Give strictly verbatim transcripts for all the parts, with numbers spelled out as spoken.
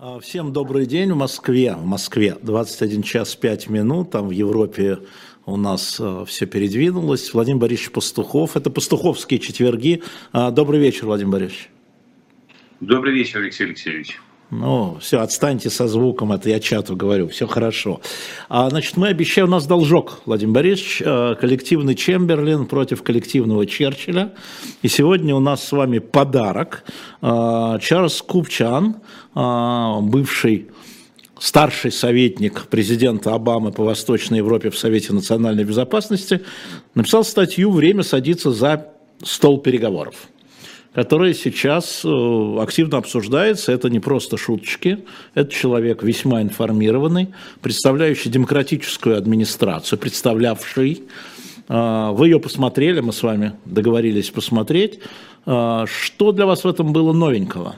А, Всем добрый день в Москве. В Москве двадцать один час пять минут, там в Европе у нас э, все передвинулось. Владимир Борисович Пастухов. Это пастуховские четверги. А, Добрый вечер, Владимир Борисович. Добрый вечер, Алексей Алексеевич. Ну, все, отстаньте со звуком, это я чату говорю, все хорошо. А, значит, мы обещаем, у нас должок, Владимир Борисович, э, коллективный Чемберлен против коллективного Черчилля. И сегодня у нас с вами подарок. Э, Чарльз Купчан, э, бывший старший советник президента Обамы по Восточной Европе в Совете национальной безопасности, написал статью «Время садиться за стол переговоров», которая сейчас активно обсуждается. Это не просто шуточки, это человек весьма информированный, представляющий демократическую администрацию, представлявший. Вы ее посмотрели, мы с вами договорились посмотреть. Что для вас в этом было новенького?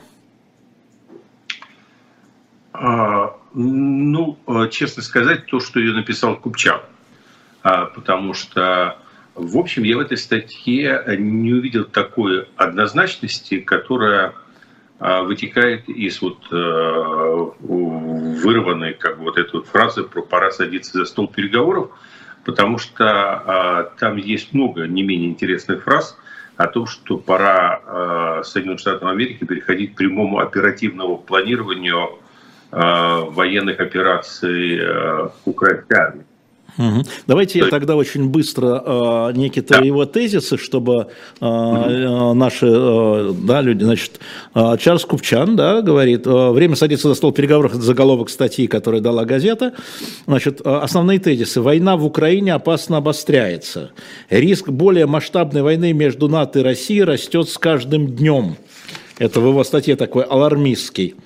А, ну, честно сказать, то, что ее написал Купчан, а, потому что в общем, я в этой статье не увидел такой однозначности, которая а, вытекает из вот а, вырванной как бы вот этой вот фразы про «пора садиться за стол переговоров», потому что а, там есть много не менее интересных фраз о том, что пора а, Соединенным Штатам Америки переходить к прямому оперативному планированию а, военных операций а, украинской армии. Угу. Давайте я тогда очень быстро э, некие-то да. его тезисы, чтобы э, угу. наши э, да, люди, значит, э, Чарльз Купчан, да, говорит, э, время садиться за стол переговоров, это заголовок статьи, которую дала газета. Значит, э, основные тезисы: война в Украине опасно обостряется, риск более масштабной войны между НАТО и Россией растет с каждым днем. Это в его статье такой алармистский.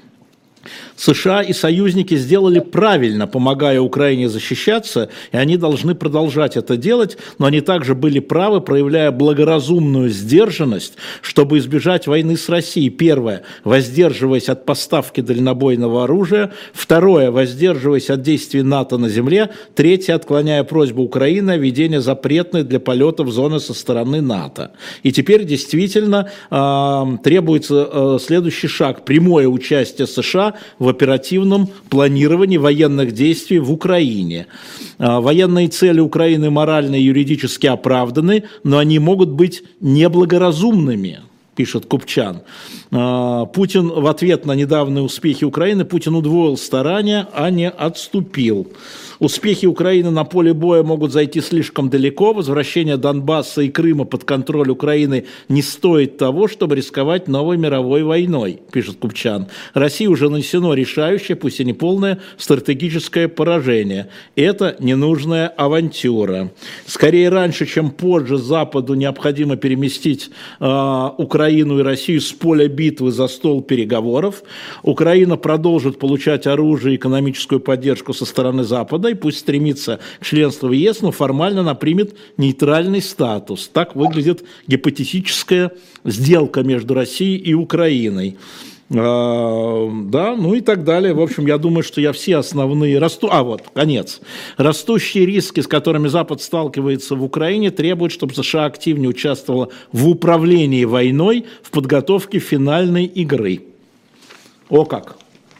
США и союзники сделали правильно, помогая Украине защищаться, и они должны продолжать это делать, но они также были правы, проявляя благоразумную сдержанность, чтобы избежать войны с Россией. Первое, воздерживаясь от поставки дальнобойного оружия. Второе, воздерживаясь от действий НАТО на земле. Третье, отклоняя просьбу Украины о введении запретной для полетов зоны со стороны НАТО. И теперь действительно э, требуется э, следующий шаг: прямое участие США в оперативном планировании военных действий в Украине. Военные цели Украины морально и юридически оправданы, но они могут быть неблагоразумными, пишет Купчан. Путин в ответ на недавние успехи Украины, Путин удвоил старания, а не отступил. Успехи Украины на поле боя могут зайти слишком далеко. Возвращение Донбасса и Крыма под контроль Украины не стоит того, чтобы рисковать новой мировой войной, пишет Купчан. России уже нанесено решающее, пусть и не полное, стратегическое поражение. Это ненужная авантюра. Скорее раньше, чем позже, Западу необходимо переместить э, Украину и Россию с поля битвы за стол переговоров. Украина продолжит получать оружие и экономическую поддержку со стороны Запада, и пусть стремится к членству в ЕС, но формально она примет нейтральный статус. Так выглядит гипотетическая сделка между Россией и Украиной. А, да, ну и так далее. В общем, я думаю, что я все основные... Расту... А, вот, конец. Растущие риски, с которыми Запад сталкивается в Украине, требуют, чтобы США активнее участвовала в управлении войной, в подготовке финальной игры. О как!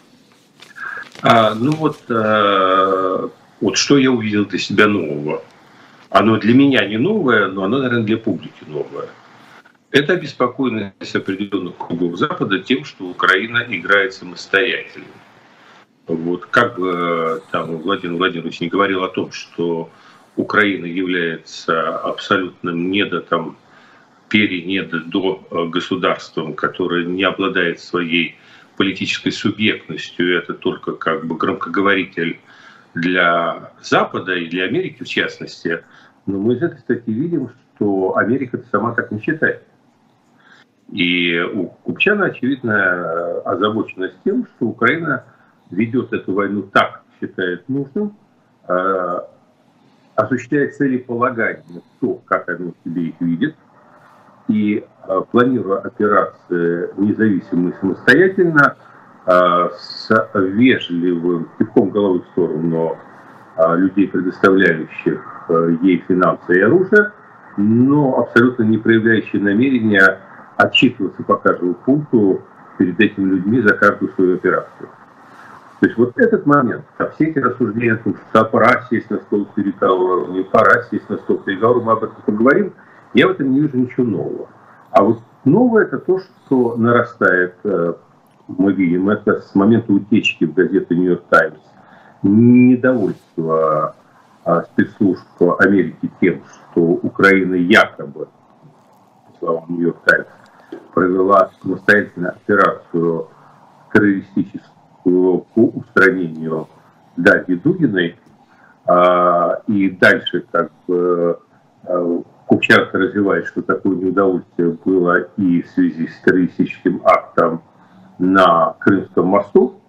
А, ну вот, а, вот что я увидел для себя нового. Оно для меня не новое, но оно, наверное, для публики новое. Это обеспокоенность определенных кругов Запада тем, что Украина играет самостоятельно. Вот, как бы там Владимир Владимирович не говорил о том, что Украина является абсолютным недо, там, перенедо до государством, которое не обладает своей политической субъектностью, это только как бы громкоговоритель для Запада и для Америки в частности. Но мы из этой статьи видим, что Америка сама так не считает. И у Купчана, очевидно, озабоченность тем, что Украина ведет эту войну так, считает нужным, осуществляет целеполагание, то, как она себе их видит, и планируя операции независимо и самостоятельно, с вежливым кивком головы в сторону людей, предоставляющих ей финансы и оружие, но абсолютно не проявляющие намерения отчитываться по каждому пункту перед этими людьми за каждую свою операцию. То есть вот этот момент, а все эти рассуждения, что пора сесть на стол переговоров, не пора сесть на стол переговоров, мы об этом поговорим, я в этом не вижу ничего нового. А вот новое это то, что нарастает, мы видим, это с момента утечки в газету «Нью-Йорк Таймс» недовольство спецслужб Америки тем, что Украина якобы, по словам «Нью-Йорк Таймс», провела самостоятельную операцию террористическую по устранению Дарьи Дугиной, и дальше как бы Купчанка развивает, что такое неудовольствие было и в связи с террористическим актом на Крымском мосту,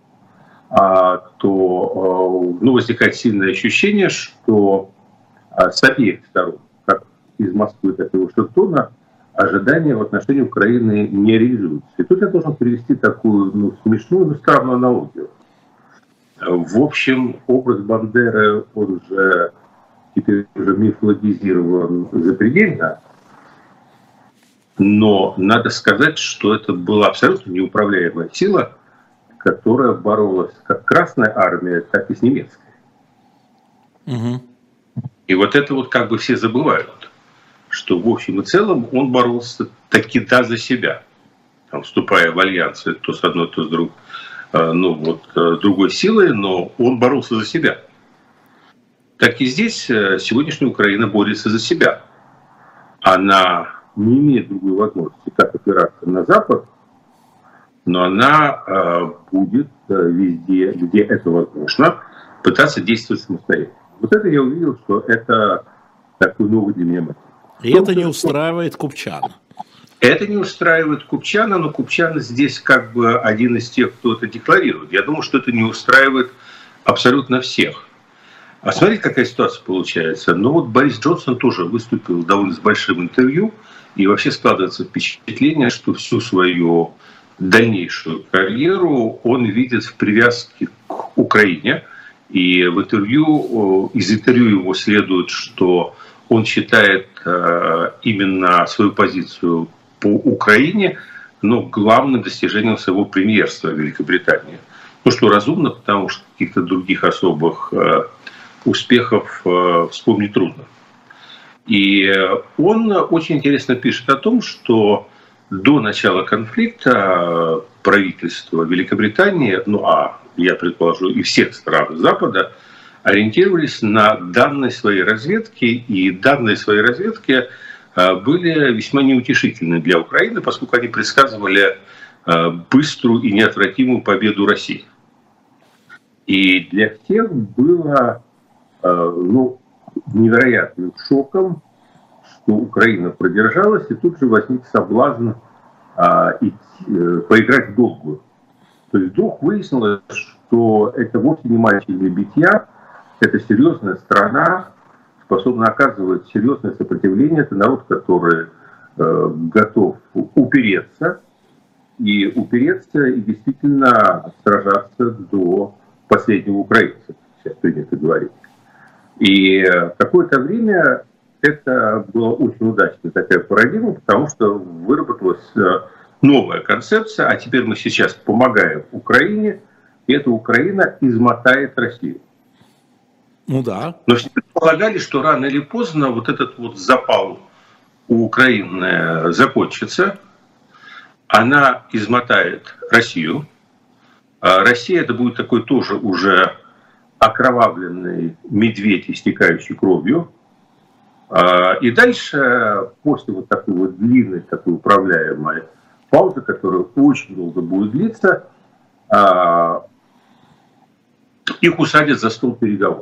то ну, возникает сильное ощущение, что с обеих сторон, как из Москвы, так и из Вашингтона, ожидания в отношении Украины не реализуются. И тут я должен привести такую ну, смешную, но странную аналогию. В общем, образ Бандеры, он же теперь уже мифологизирован запредельно, но надо сказать, что это была абсолютно неуправляемая сила, которая боролась как Красная Армия, так и с немецкой. Угу. И вот это вот как бы все забывают, что в общем и целом он боролся таки да за себя, там, вступая в альянсы то с одной, то с другой, ну, вот, с другой силой, но он боролся за себя. Так и здесь сегодняшняя Украина борется за себя. Она не имеет другой возможности, как опираться на Запад, но она э, будет э, везде, где это возможно, пытаться действовать самостоятельно. Вот это я увидел, что это такой новый для меня мотив. И это не устраивает Купчана. Это не устраивает Купчана, но Купчан здесь как бы один из тех, кто это декларирует. Я думаю, что это не устраивает абсолютно всех. А смотрите, какая ситуация получается. Ну вот Борис Джонсон тоже выступил довольно с большим интервью, и вообще складывается впечатление, что всю свою дальнейшую карьеру он видит в привязке к Украине. И в интервью, из интервью его следует, что он считает именно свою позицию по Украине, но главным достижением своего премьерства в Великобритании. Ну что разумно, потому что каких-то других особых успехов вспомнить трудно. И он очень интересно пишет о том, что до начала конфликта правительство Великобритании, ну а я предположу и всех стран Запада, ориентировались на данные своей разведки, и данные своей разведки были весьма неутешительны для Украины, поскольку они предсказывали быструю и неотвратимую победу России. И для всех было ну, невероятным шоком, что Украина продержалась, и тут же возник соблазн а, идти, э, поиграть в долгую. То есть вдруг выяснилось, что это вовсе не мальчик для битья, это серьезная страна, способна оказывать серьезное сопротивление. Это народ, который э, готов упереться, и упереться, и действительно сражаться до последнего украинца, сейчас принято говорить. И какое-то время это была очень удачная такая парадигма, потому что выработалась новая концепция, а теперь мы сейчас помогаем Украине, и эта Украина измотает Россию. Ну да. Но все предполагали, что рано или поздно вот этот вот запал у Украины закончится, она измотает Россию. А Россия это будет такой тоже уже окровавленный медведь, истекающий кровью. И дальше, после вот такой вот длинной, такой управляемой паузы, которая очень долго будет длиться, их усадят за стол переговоров.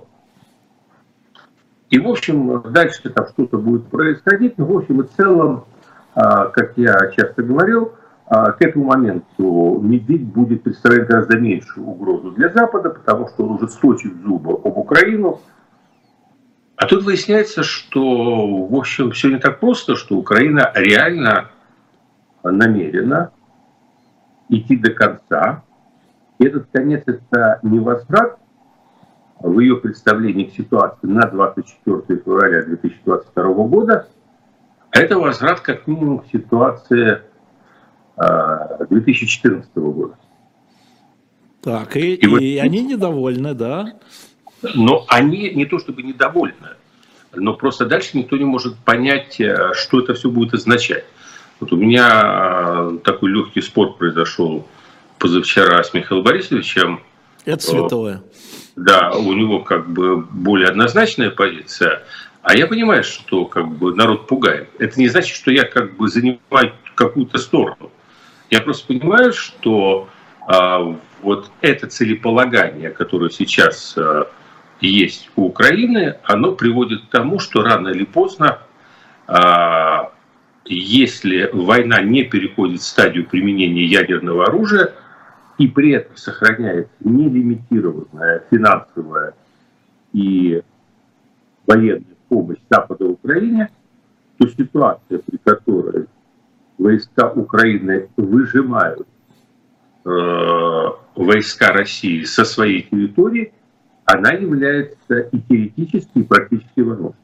И, в общем, дальше там что-то будет происходить, но, в общем и целом, как я часто говорил, к этому моменту медведь будет представлять гораздо меньшую угрозу для Запада, потому что он уже сточит зубы об Украину. А тут выясняется, что, в общем, все не так просто, что Украина реально намерена идти до конца. И этот конец – это не возврат в ее представлении к ситуации на двадцать четвёртое февраля две тысячи двадцать второго года, а это возврат как минимум к ситуации две тысячи четырнадцатого года. Так, и, И, вот, и они недовольны, да? но они не то чтобы недовольны, но просто дальше никто не может понять, что это все будет означать. Вот у меня такой легкий спор произошел позавчера с Михаилом Борисовичем. Это святое. Да, у него как бы более однозначная позиция, а я понимаю, что как бы народ пугает. Это не значит, что я как бы занимаю какую-то сторону. Я просто понимаю, что а, вот это целеполагание, которое сейчас а, есть у Украины, оно приводит к тому, что рано или поздно, а, если война не переходит в стадию применения ядерного оружия и при этом сохраняет нелимитированная финансовая и военная помощь Запада Украине, то ситуация, при которой войска Украины выжимают э, войска России со своей территории, она является и теоретически, и практически возможной.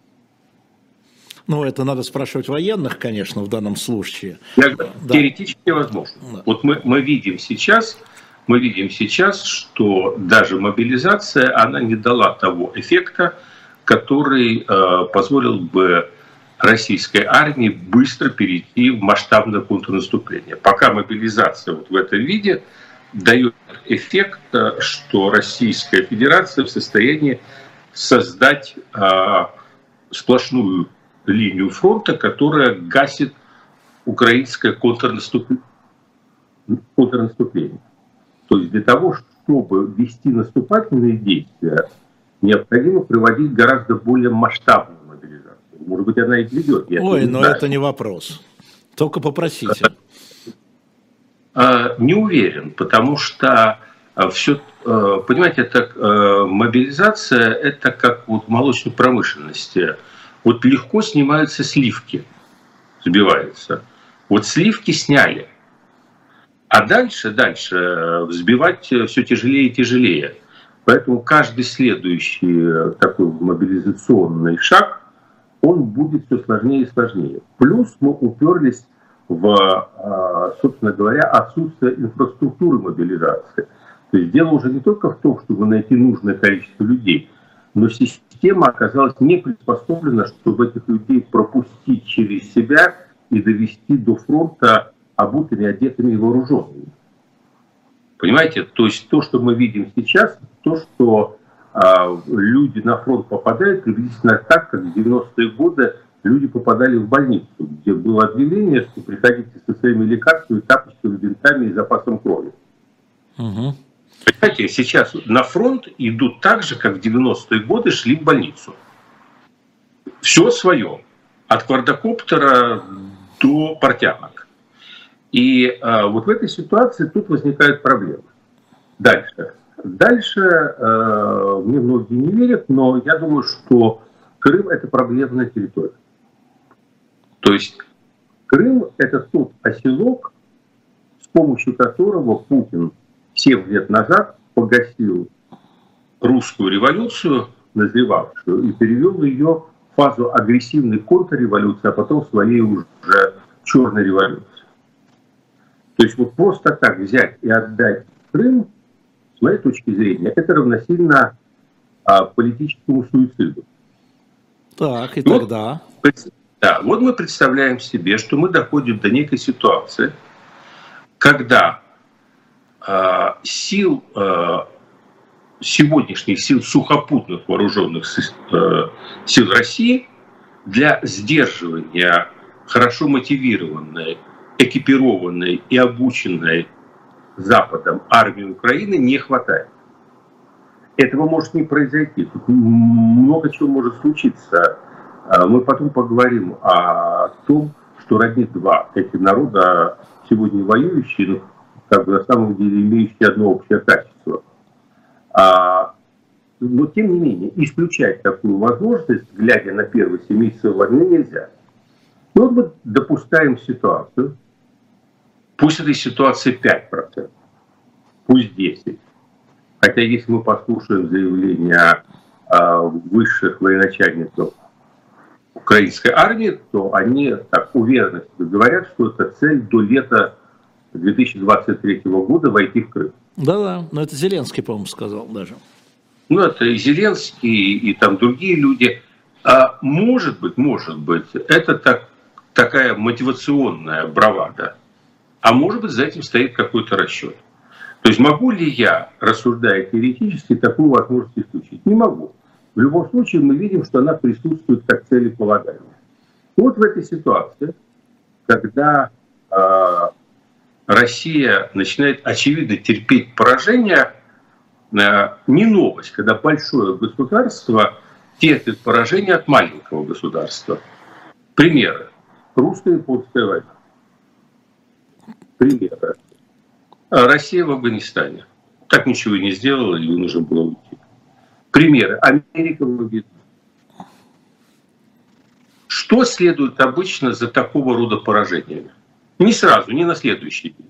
Ну, это надо спрашивать военных, конечно, в данном случае. Я говорю, да. Теоретически возможно. Да. Вот мы, мы видим сейчас, мы видим сейчас, что даже мобилизация, она не дала того эффекта, который э, позволил бы российской армии быстро перейти в масштабное контрнаступление. Пока мобилизация вот в этом виде дает эффект, что Российская Федерация в состоянии создать э, сплошную линию фронта, которая гасит украинское контрнаступление. контрнаступление. То есть для того, чтобы вести наступательные действия, необходимо проводить гораздо более масштабную мобилизацию. Может быть, она и ведет. Ой, но это не вопрос. Только попросите. Не уверен, потому что все, понимаете, это мобилизация, это как вот в молочной промышленности. Вот легко снимаются сливки, сбиваются. Вот сливки сняли. А дальше, дальше взбивать все тяжелее и тяжелее. Поэтому каждый следующий такой мобилизационный шаг, он будет все сложнее и сложнее. Плюс мы уперлись в, собственно говоря, отсутствие инфраструктуры мобилизации. То есть дело уже не только в том, чтобы найти нужное количество людей, но система оказалась не приспособлена, чтобы этих людей пропустить через себя и довести до фронта обутыми, одетыми и вооруженными. Понимаете? То есть то, что мы видим сейчас, то, что а, люди на фронт попадают, приблизительно так, как в девяностые годы люди попадали в больницу, где было объявление, что приходите со своими лекарствами, тапочками, бинтами и запасом крови. Угу. Понимаете, сейчас на фронт идут так же, как в девяностые годы шли в больницу. Все свое. От квадрокоптера до портянок. И а, вот в этой ситуации тут возникают проблемы. Дальше. Дальше э, мне многие не верят, но я думаю, что Крым – это проблемная территория. То есть Крым – это тот оселок, с помощью которого Путин семь лет назад погасил русскую революцию, назревавшую, и перевел ее в фазу агрессивной контрреволюции, а потом своей уже черной революции. То есть вот просто так взять и отдать Крым, с моей точки зрения, это равносильно а, политическому суициду. Так, и вот, тогда? Да, вот мы представляем себе, что мы доходим до некой ситуации, когда а, сил, а, сегодняшних сил сухопутных вооруженных а, сил России для сдерживания хорошо мотивированной, экипированной и обученной Западом армии Украины не хватает. Этого может не произойти. Тут много чего может случиться. Мы потом поговорим о том, что роднит два эти народа, сегодня воюющие, но как бы на самом деле имеющие одно общее качество. Но тем не менее, исключать такую возможность, глядя на первые семь месяцев войны, нельзя. Ну вот мы допускаем ситуацию. Пусть этой ситуации пять процентов, пусть десять процентов. Хотя если мы послушаем заявления э, высших военачальников украинской армии, то они так уверенно говорят, что это цель до лета две тысячи двадцать третьего года войти в Крым. Да-да, но это Зеленский, по-моему, сказал даже. Ну, это и Зеленский, и там другие люди. А может быть, может быть, это так, такая мотивационная бравада. А может быть, за этим стоит какой-то расчет. То есть могу ли я, рассуждая теоретически, такую возможность исключить? Не могу. В любом случае мы видим, что она присутствует как целеполагаемая. Вот в этой ситуации, когда э, Россия начинает очевидно терпеть поражение, э, не новость, когда большое государство терпит поражение от маленького государства. Примеры. Русско-японская война. Примеры. Россия в Афганистане. Так ничего и не сделала, и нужно было уйти. Примеры. Америка в Вьетнаме. Что следует обычно за такого рода поражениями? Не сразу, не на следующий день.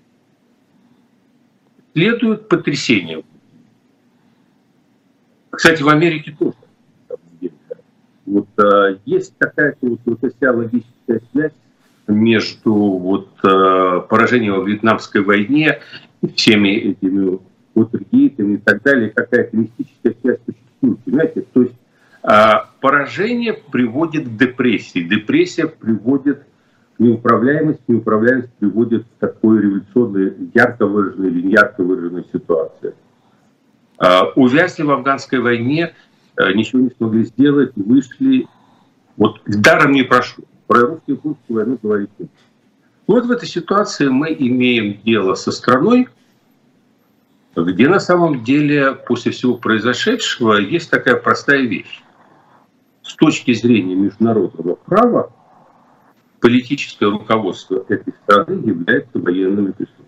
Следует потрясение. Кстати, в Америке тоже. Вот, э, есть какая-то вот, вот вся логическая связь между вот, э, поражением во Вьетнамской войне и всеми этими Уотергейтами и так далее, какая-то мистическая связь существует. Понимаете? То есть э, поражение приводит к депрессии, депрессия приводит к неуправляемости, неуправляемость приводит к такой революционной, ярко выраженной или ярко выраженной ситуации. Э, увязли в афганской войне, э, ничего не смогли сделать, вышли, вот даром не прошло. Про русско-японскую войну говорить нет. Вот в этой ситуации мы имеем дело со страной, где на самом деле после всего произошедшего есть такая простая вещь. С точки зрения международного права политическое руководство этой страны является военными преступниками.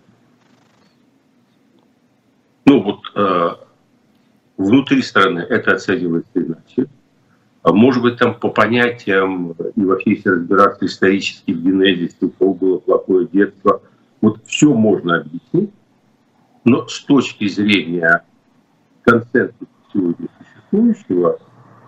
Ну вот э, внутри страны это оценивается иначе. Может быть, там по понятиям, и вообще, если разбираться исторически в генезисе, у кого было плохое детство, вот все можно объяснить, но с точки зрения консенсуса сегодня существующего,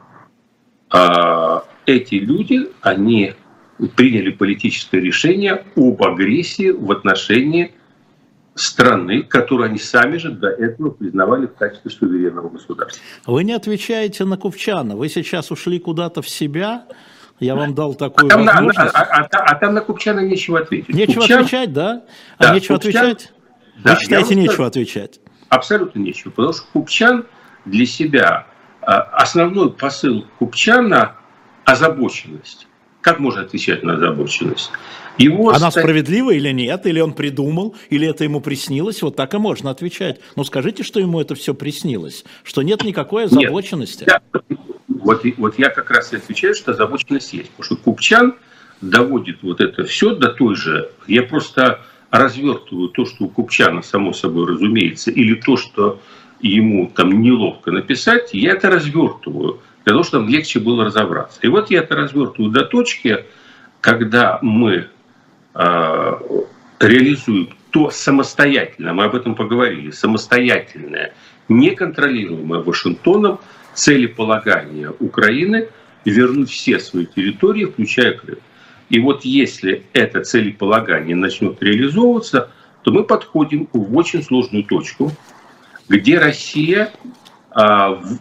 эти люди, они приняли политическое решение об агрессии в отношении страны, которую они сами же до этого признавали в качестве суверенного государства. Вы не отвечаете на Купчана. Вы сейчас ушли куда-то в себя. Я вам дал такую а там, возможность. А, а, а, а там на Купчана нечего ответить. Нечего Купчан... отвечать, да? А да, нечего Купчан... отвечать? Да, вы считаете, нечего скажу, отвечать? Абсолютно нечего. Потому что Купчан для себя, основной посыл Купчана – озабоченность. Как можно отвечать на озабоченность? Его Она стать... справедлива или нет? Или он придумал? Или это ему приснилось? Вот так и можно отвечать. Но скажите, что ему это все приснилось? Что нет никакой озабоченности? Нет, я, вот, вот я как раз и отвечаю, что озабоченность есть. Потому что Купчан доводит вот это все до той же... Я просто развертываю то, что у Купчана, само собой разумеется, или то, что ему там неловко написать, я это развертываю, для того, чтобы легче было разобраться. И вот я это развертываю до точки, когда мы э, реализуем то самостоятельно, мы об этом поговорили, самостоятельное, неконтролируемое Вашингтоном целеполагание Украины вернуть все свои территории, включая Крым. И вот если это целеполагание начнет реализовываться, то мы подходим в очень сложную точку, где Россия, а, в,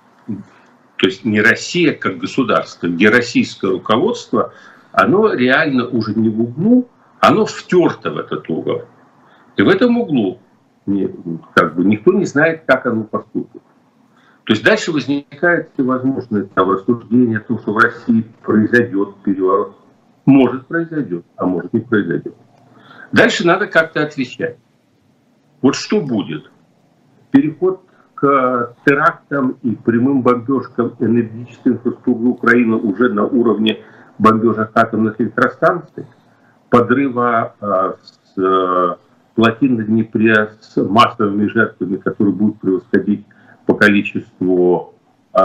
то есть не Россия как государство, где российское руководство, оно реально уже не в углу, оно втерто в этот угол. И в этом углу не, как бы, никто не знает, как оно поступит. То есть дальше возникает всевозможные там, рассуждения о том, что в России произойдет переворот. Может произойдет, а может не произойдет. Дальше надо как-то отвечать. Вот что будет? Переход к терактам и прямым бомбежкам энергетической инфраструктуры Украины уже на уровне бомбежек атомных электростанций, подрыва а, с а, плотин на Днепре с массовыми жертвами, которые будут превосходить по количеству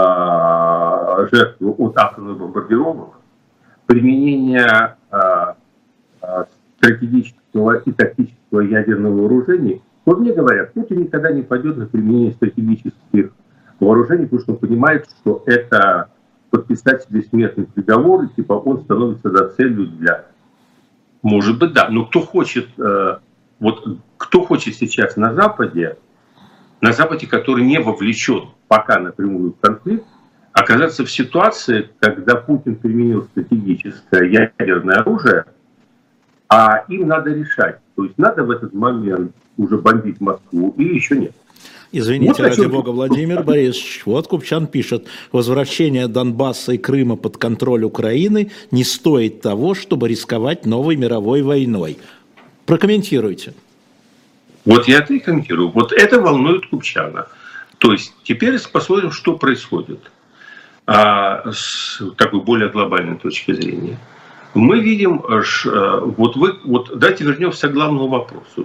а, жертв от атомных бомбардировок, применение а, а, стратегического и тактического ядерного вооружения. Вот мне говорят, Путин никогда не пойдет на применение стратегических вооружений, потому что он понимает, что это подписать себе смертный приговор, и типа он становится за целью для... Может быть, да. Но кто хочет, э, вот кто хочет сейчас на Западе на Западе, который не вовлечен пока напрямую в конфликт, оказаться в ситуации, когда Путин применил стратегическое ядерное оружие, а им надо решать, то есть надо в этот момент уже бомбить Москву или еще нет. Извините, вот ради бога, Владимир Борисович, вот Купчан пишет: возвращение Донбасса и Крыма под контроль Украины не стоит того, чтобы рисковать новой мировой войной. Прокомментируйте. Вот я это и комментирую. Вот это волнует Купчана. То есть теперь посмотрим, что происходит а, с такой более глобальной точки зрения. Мы видим, вот вы, вот давайте вернемся к главному вопросу.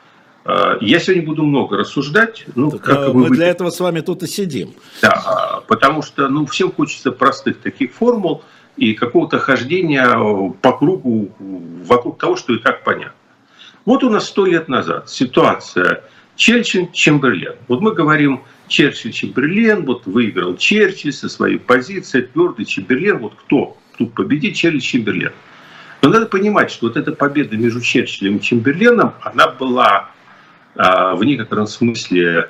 Я сегодня буду много рассуждать. Ну, так, как мы вы... для этого с вами тут и сидим. Да, потому что ну, всем хочется простых таких формул и какого-то хождения по кругу вокруг того, что и так понятно. Вот у нас сто лет назад ситуация Черчилль-Чемберлен. Вот мы говорим Черчилль-Чемберлен, вот выиграл Черчилль со своей позиции, твердый Чемберлен. Вот кто тут победит? Черчилль-Чемберлен. Но надо понимать, что вот эта победа между Черчиллем и Чемберленом, она была в некотором смысле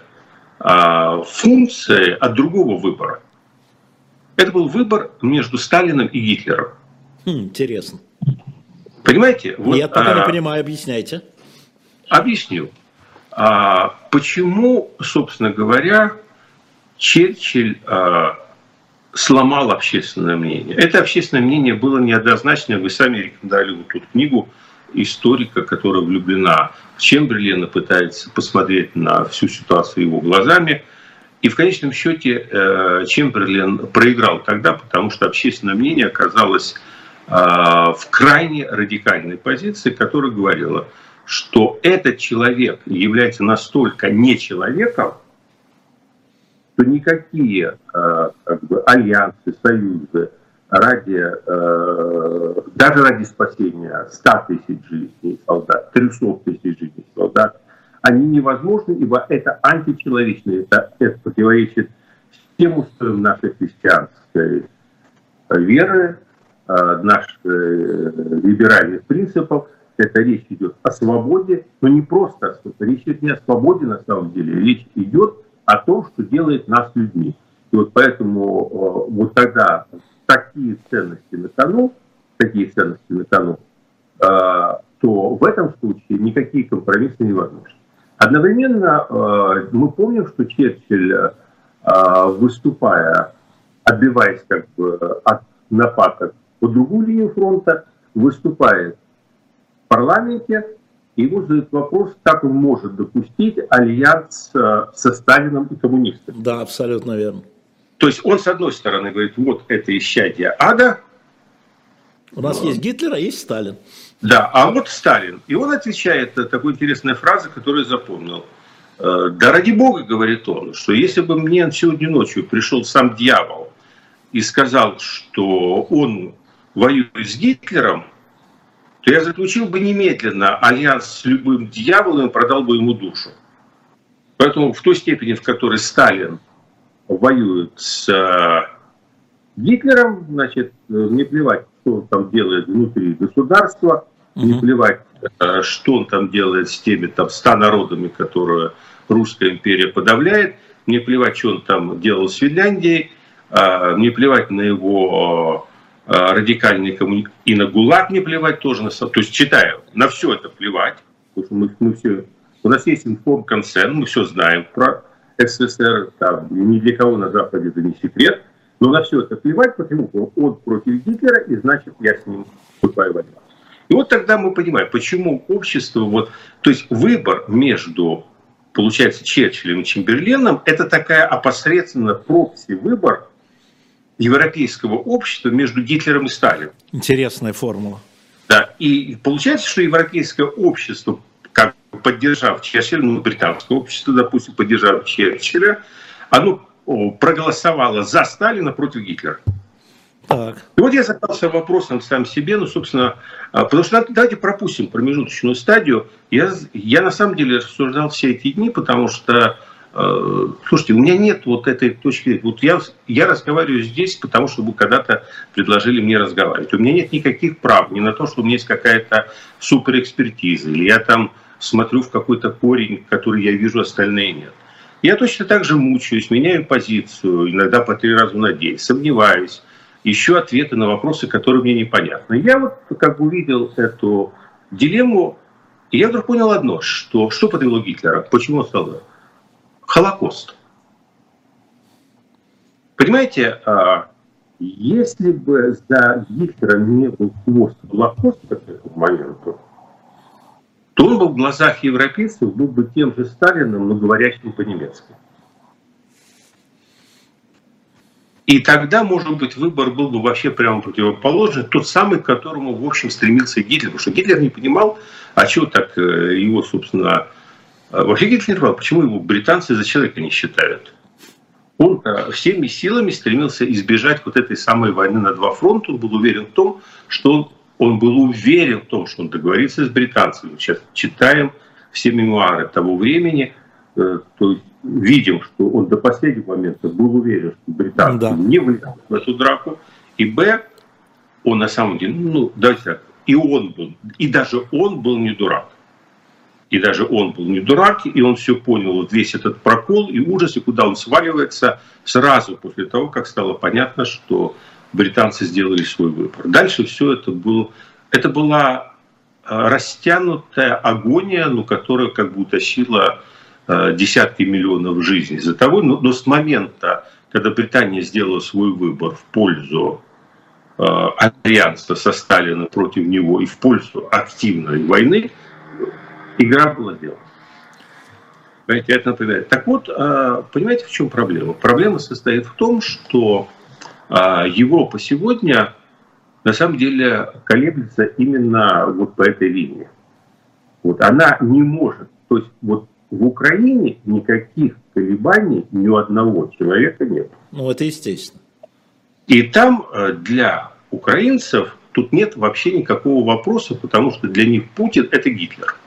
функцией от другого выбора. Это был выбор между Сталиным и Гитлером. Хм, интересно. Понимаете? Вот, Я пока а, не понимаю, объясняйте. Объясню. А, почему, собственно говоря, Черчилль а, сломал общественное мнение? Это общественное мнение было неоднозначное. Вы сами рекомендовали вот эту книгу историка, которая влюблена в Чемберлена, пытается посмотреть на всю ситуацию его глазами. И в конечном счете Чемберлен проиграл тогда, потому что общественное мнение оказалось в крайне радикальной позиции, которая говорила, что этот человек является настолько не человеком, что никакие как бы, альянсы, союзы, ради, даже ради спасения ста тысяч жизней солдат, трехсот тысяч жизней солдат, они невозможны, ибо это античеловечно, это, это противоречит всем устоям нашей христианской веры, наших либеральных принципов. Это речь идет о свободе, но не просто о свободе. Речь идет не о свободе на самом деле, речь идет о том, что делает нас людьми. И вот поэтому вот тогда такие ценности на кону, такие ценности на кону, то в этом случае никакие компромиссы невозможны. Одновременно мы помним, что Черчилль, выступая, отбиваясь как бы от нападок по другую линию фронта, выступает в парламенте, и ему задают вопрос, как он может допустить альянс со Сталином и коммунистами. Да, абсолютно верно. То есть он, с одной стороны, говорит, вот это исчадие ада. У нас есть Гитлер, а есть Сталин. Да, а вот Сталин. И он отвечает такой интересной фразой, которую я запомнил. Да ради бога, говорит он, что если бы мне сегодня ночью пришел сам дьявол и сказал, что он воюет с Гитлером, то я заключил бы немедленно альянс с любым дьяволом и продал бы ему душу. Поэтому в той степени, в которой Сталин воюет с Гитлером, значит, не плевать, что он там делает внутри государства, не плевать, что он там делает с теми там ста народами, которые Русская империя подавляет, не плевать, что он там делал с Финляндией, не плевать на его радикальный коммуникации, и на ГУЛАГ не плевать тоже. На... То есть, читаю, на все это плевать, потому что мы, мы все... у нас есть информконсен, мы все знаем про СССР, там, ни для кого на Западе это не секрет, но на все это плевать, потому что он против Гитлера, и значит я с ним вступаю в войну. И вот тогда мы понимаем, почему общество, вот, то есть выбор между, получается, Черчиллем и Чемберленом, это такая опосредственно прокси-выбор европейского общества между Гитлером и Сталином. Интересная формула. Да, и получается, что европейское общество, как поддержав Черчилля, ну, британское общество, допустим, поддержав Черчилля, оно проголосовало за Сталина против Гитлера. Так. И вот я задался вопросом сам себе, ну, собственно, потому что давайте пропустим промежуточную стадию. Я, я на самом деле рассуждал все эти дни, потому что, э, слушайте, у меня нет вот этой точки. Вот я, я разговариваю здесь, потому что вы когда-то предложили мне разговаривать. У меня нет никаких прав ни на то, что у меня есть какая-то суперэкспертиза, или я там смотрю в какой-то корень, который я вижу, остальные нет. Я точно так же мучаюсь, меняю позицию, иногда по три раза на день, сомневаюсь, ищу ответы на вопросы, которые мне непонятны. Я вот как бы увидел эту дилемму, и я вдруг понял одно, что, что подвело Гитлера, почему он стал Холокост. Понимаете, если бы за Гитлером не был хвост Холокоста к этому моменту, то он бы в глазах европейцев был бы тем же Сталиным, но говорящим по-немецки. И тогда, может быть, выбор был бы вообще прямо противоположный, тот самый, к которому, в общем, стремился Гитлер. Потому что Гитлер не понимал, а чего так его, собственно... Вообще Гитлер не понимал, почему его британцы за человека не считают. Он всеми силами стремился избежать вот этой самой войны на два фронта. Он был уверен в том, что он, он был уверен в том, что он договорится с британцами. Сейчас читаем все мемуары того времени, то есть видим, что он до последнего момента был уверен, что британцы да. не влезут в эту драку. И б, он на самом деле, ну давайте так, и он был, и даже он был не дурак. И даже он был не дурак, и он все понял, вот весь этот прокол и ужас, и куда он сваливается сразу после того, как стало понятно, что британцы сделали свой выбор. Дальше все это было, это была растянутая агония, ну, которая как бы утащила э, десятки миллионов жизней. Из-за того, но, но с момента, когда Британия сделала свой выбор в пользу э, альянса со Сталиным против него и в пользу активной войны, игра была сделана. Понимаете, это напоминает. Так вот, понимаете, в чем проблема? Проблема состоит в том, что Европа сегодня на самом деле колеблется именно вот по этой линии. Вот она не может, то есть вот в Украине никаких колебаний ни у одного человека нет. Ну, это естественно. И там для украинцев тут нет вообще никакого вопроса, потому что для них Путин – это Гитлер.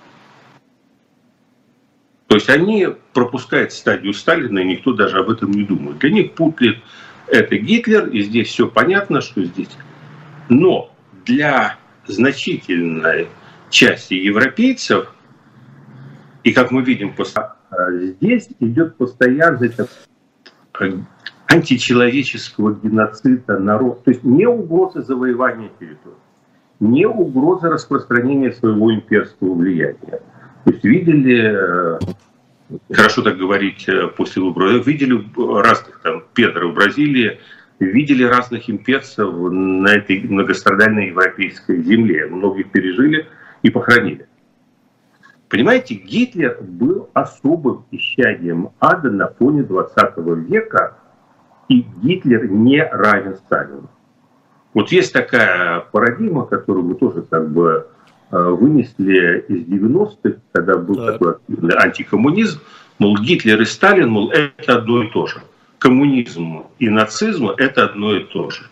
То есть они пропускают стадию Сталина, и никто даже об этом не думает. Для них Путин – это Гитлер, и здесь все понятно, что здесь. Но для значительной части европейцев, и как мы видим, здесь идет постоянный античеловеческого геноцида народа. То есть не угроза завоевания территории, не угроза распространения своего имперского влияния. То есть видели, хорошо так говорить после выборов, видели разных там Педро в Бразилии, видели разных имперцев на этой многострадальной европейской земле. Многих пережили и похоронили. Понимаете, Гитлер был особым исчадием ада на фоне двадцатого века, и Гитлер не равен Сталину. Вот есть такая парадигма, которую мы тоже как бы вынесли из девяностых, когда был так. такой активный антикоммунизм, мол, Гитлер и Сталин, мол, это одно и то же. Коммунизм и нацизм – это одно и то же.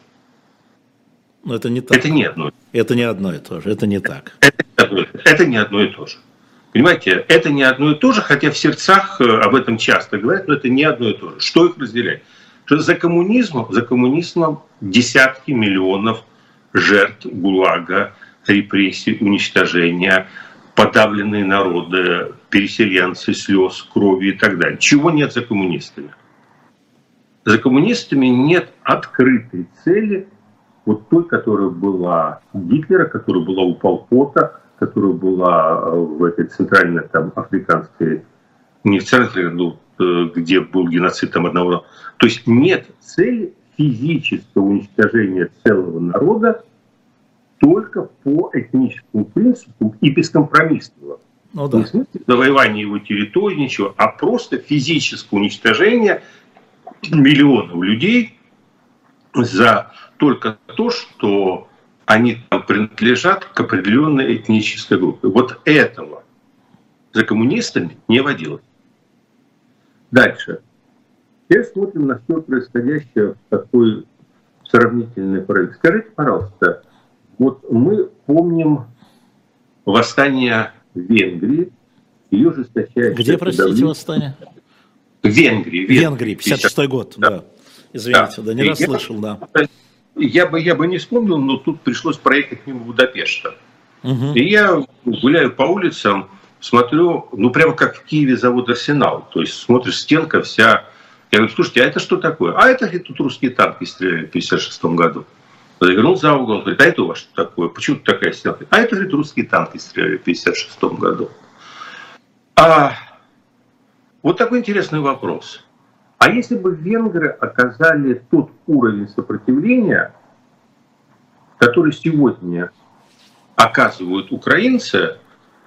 Но это не так. Это не одно. Это не одно и то же, это не так. Это, это, это не одно и то же. Понимаете, это не одно и то же, хотя в сердцах об этом часто говорят, но это не одно и то же. Что их разделяет? Что за коммунизмом, за коммунизмом десятки миллионов жертв ГУЛАГа, репрессий, уничтожения, подавленные народы, переселенцы, слез, крови и так далее. Чего нет за коммунистами? За коммунистами нет открытой цели, вот той, которая была у Гитлера, которая была у Пол Пота, которая была в этой центральной там, африканской, не в центре, ну, где был геноцид там одного. То есть нет цели физического уничтожения целого народа только по этническому принципу и бескомпромиссного. Ну, да. Не в смысле завоевания его территории, ничего, а просто физическое уничтожение миллионов людей за только то, что они там принадлежат к определенной этнической группе. Вот этого за коммунистами не водилось. Дальше. Теперь смотрим на все происходящее в такой сравнительный проект. Скажите, пожалуйста, вот мы помним восстание в Венгрии, ее жесточайшее... Где, простите, давление... восстание? В Венгрии. В Венгрии, пятьдесят шестой год, да. да. Извините, да, да не расслышал, да. Я бы, я бы не вспомнил, но тут пришлось проехать мимо Будапешта. Угу. И я гуляю по улицам, смотрю, ну прямо как в Киеве завод «Арсенал». То есть смотришь, стенка вся. Я говорю, слушайте, а это что такое? А это, говорит, тут русские танки стреляли в пятьдесят шестом году. Я говорю, ну за угол, говорит, а это у вас что такое? Почему такая стенка? А это, говорит, русские танки стреляли в пятьдесят шестом году. А вот такой интересный вопрос. А если бы венгры оказали тот уровень сопротивления, который сегодня оказывают украинцы,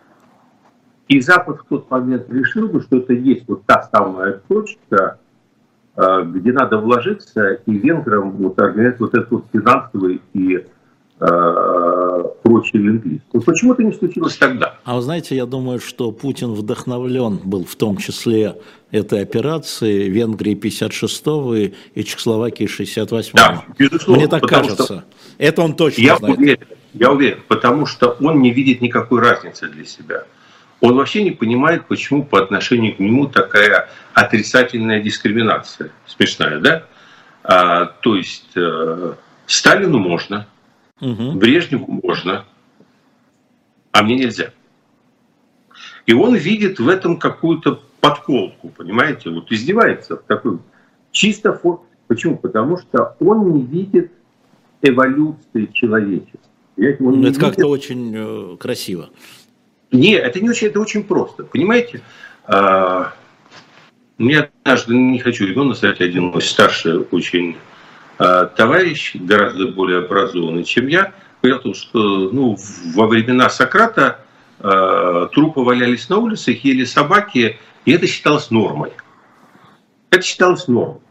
и Запад в тот момент решил бы, что это есть вот та самая точка, где надо вложиться, и венграм вот организовать вот этот вот финансовый и э, прочий ленд-лиз. Вот почему это не случилось тогда? А вы знаете, я думаю, что Путин вдохновлен был в том числе этой операцией Венгрии пятьдесят шестого и Чехословакии шестьдесят восьмого. Да, безусловно. Мне так кажется. Что... Это он точно я знает. Уверен, я уверен, потому что он не видит никакой разницы для себя. Он вообще не понимает, почему по отношению к нему такая отрицательная дискриминация. Смешная, да? А, то есть э, Сталину можно, угу. Брежневу можно, а мне нельзя. И он видит в этом какую-то подколку, понимаете? Вот издевается в такой чисто форме. Почему? Потому что он не видит эволюции человечества. Он это как-то очень э, красиво. Нет, это не очень, это очень просто. Понимаете, а, мне однажды, не хочу его называть, один мой старший очень а, товарищ, гораздо более образованный, чем я, говорил, что ну, во времена Сократа а, трупы валялись на улице, их ели собаки, и это считалось нормой. Это считалось нормой.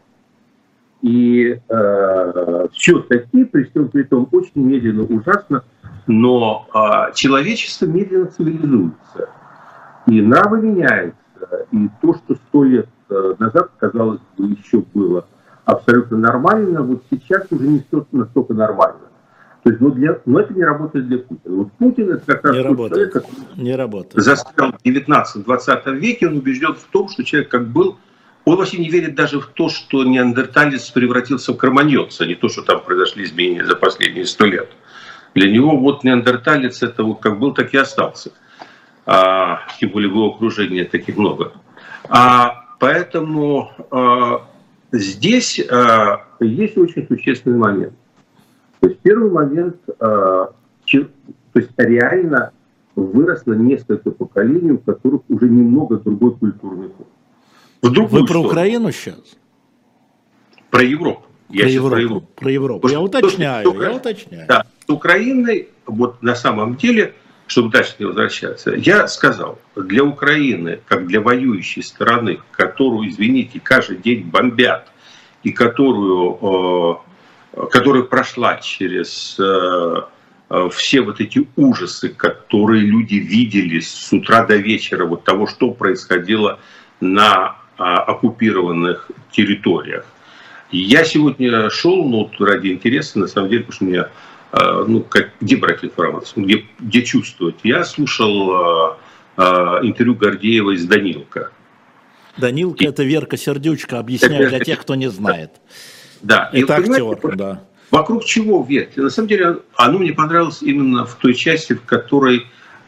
И э, все-таки, при всем при том, очень медленно, ужасно, но э, человечество медленно цивилизуется. И нравы меняются. И то, что сто лет назад, казалось бы, еще было абсолютно нормально, вот сейчас уже не все настолько нормально. То есть, ну, для, но это не работает для Путина. Вот Путин это как раз не тот работает. человек, который не работает. застрял в девятнадцатом-двадцатом веке, он убежден в том, что человек как был. Он вообще не верит даже в то, что неандерталец превратился в кроманьонца, не то, что там произошли изменения за последние сто лет. Для него вот неандерталец это вот как был, так и остался. А, тем более в его окружении таких много. А, поэтому а, здесь а, есть очень существенный момент. То есть первый момент, а, че, то есть реально выросло несколько поколений, у которых уже немного другой культурный код. Вы сторону. Про Украину сейчас? Про Европу. Я про, Европу. про Европу. Про Европу. Я уточняю, то, я уточняю. Да, с Украиной, вот на самом деле, чтобы дальше не возвращаться, я сказал, для Украины, как для воюющей стороны, которую, извините, каждый день бомбят, и которую, э, которая прошла через э, э, все вот эти ужасы, которые люди видели с утра до вечера, вот того, что происходило на оккупированных территориях. Я сегодня шел, ну, ради интереса, на самом деле, потому что у меня, ну, как, где брать информацию, где, где чувствовать. Я слушал а, а, интервью Гордеева из «Данилка». «Данилка» — это Верка Сердючка, объясняю для тех, кто не знает. Да. Это актер, да. Вокруг чего верьте? На самом деле, оно мне понравилось именно в той части, в которой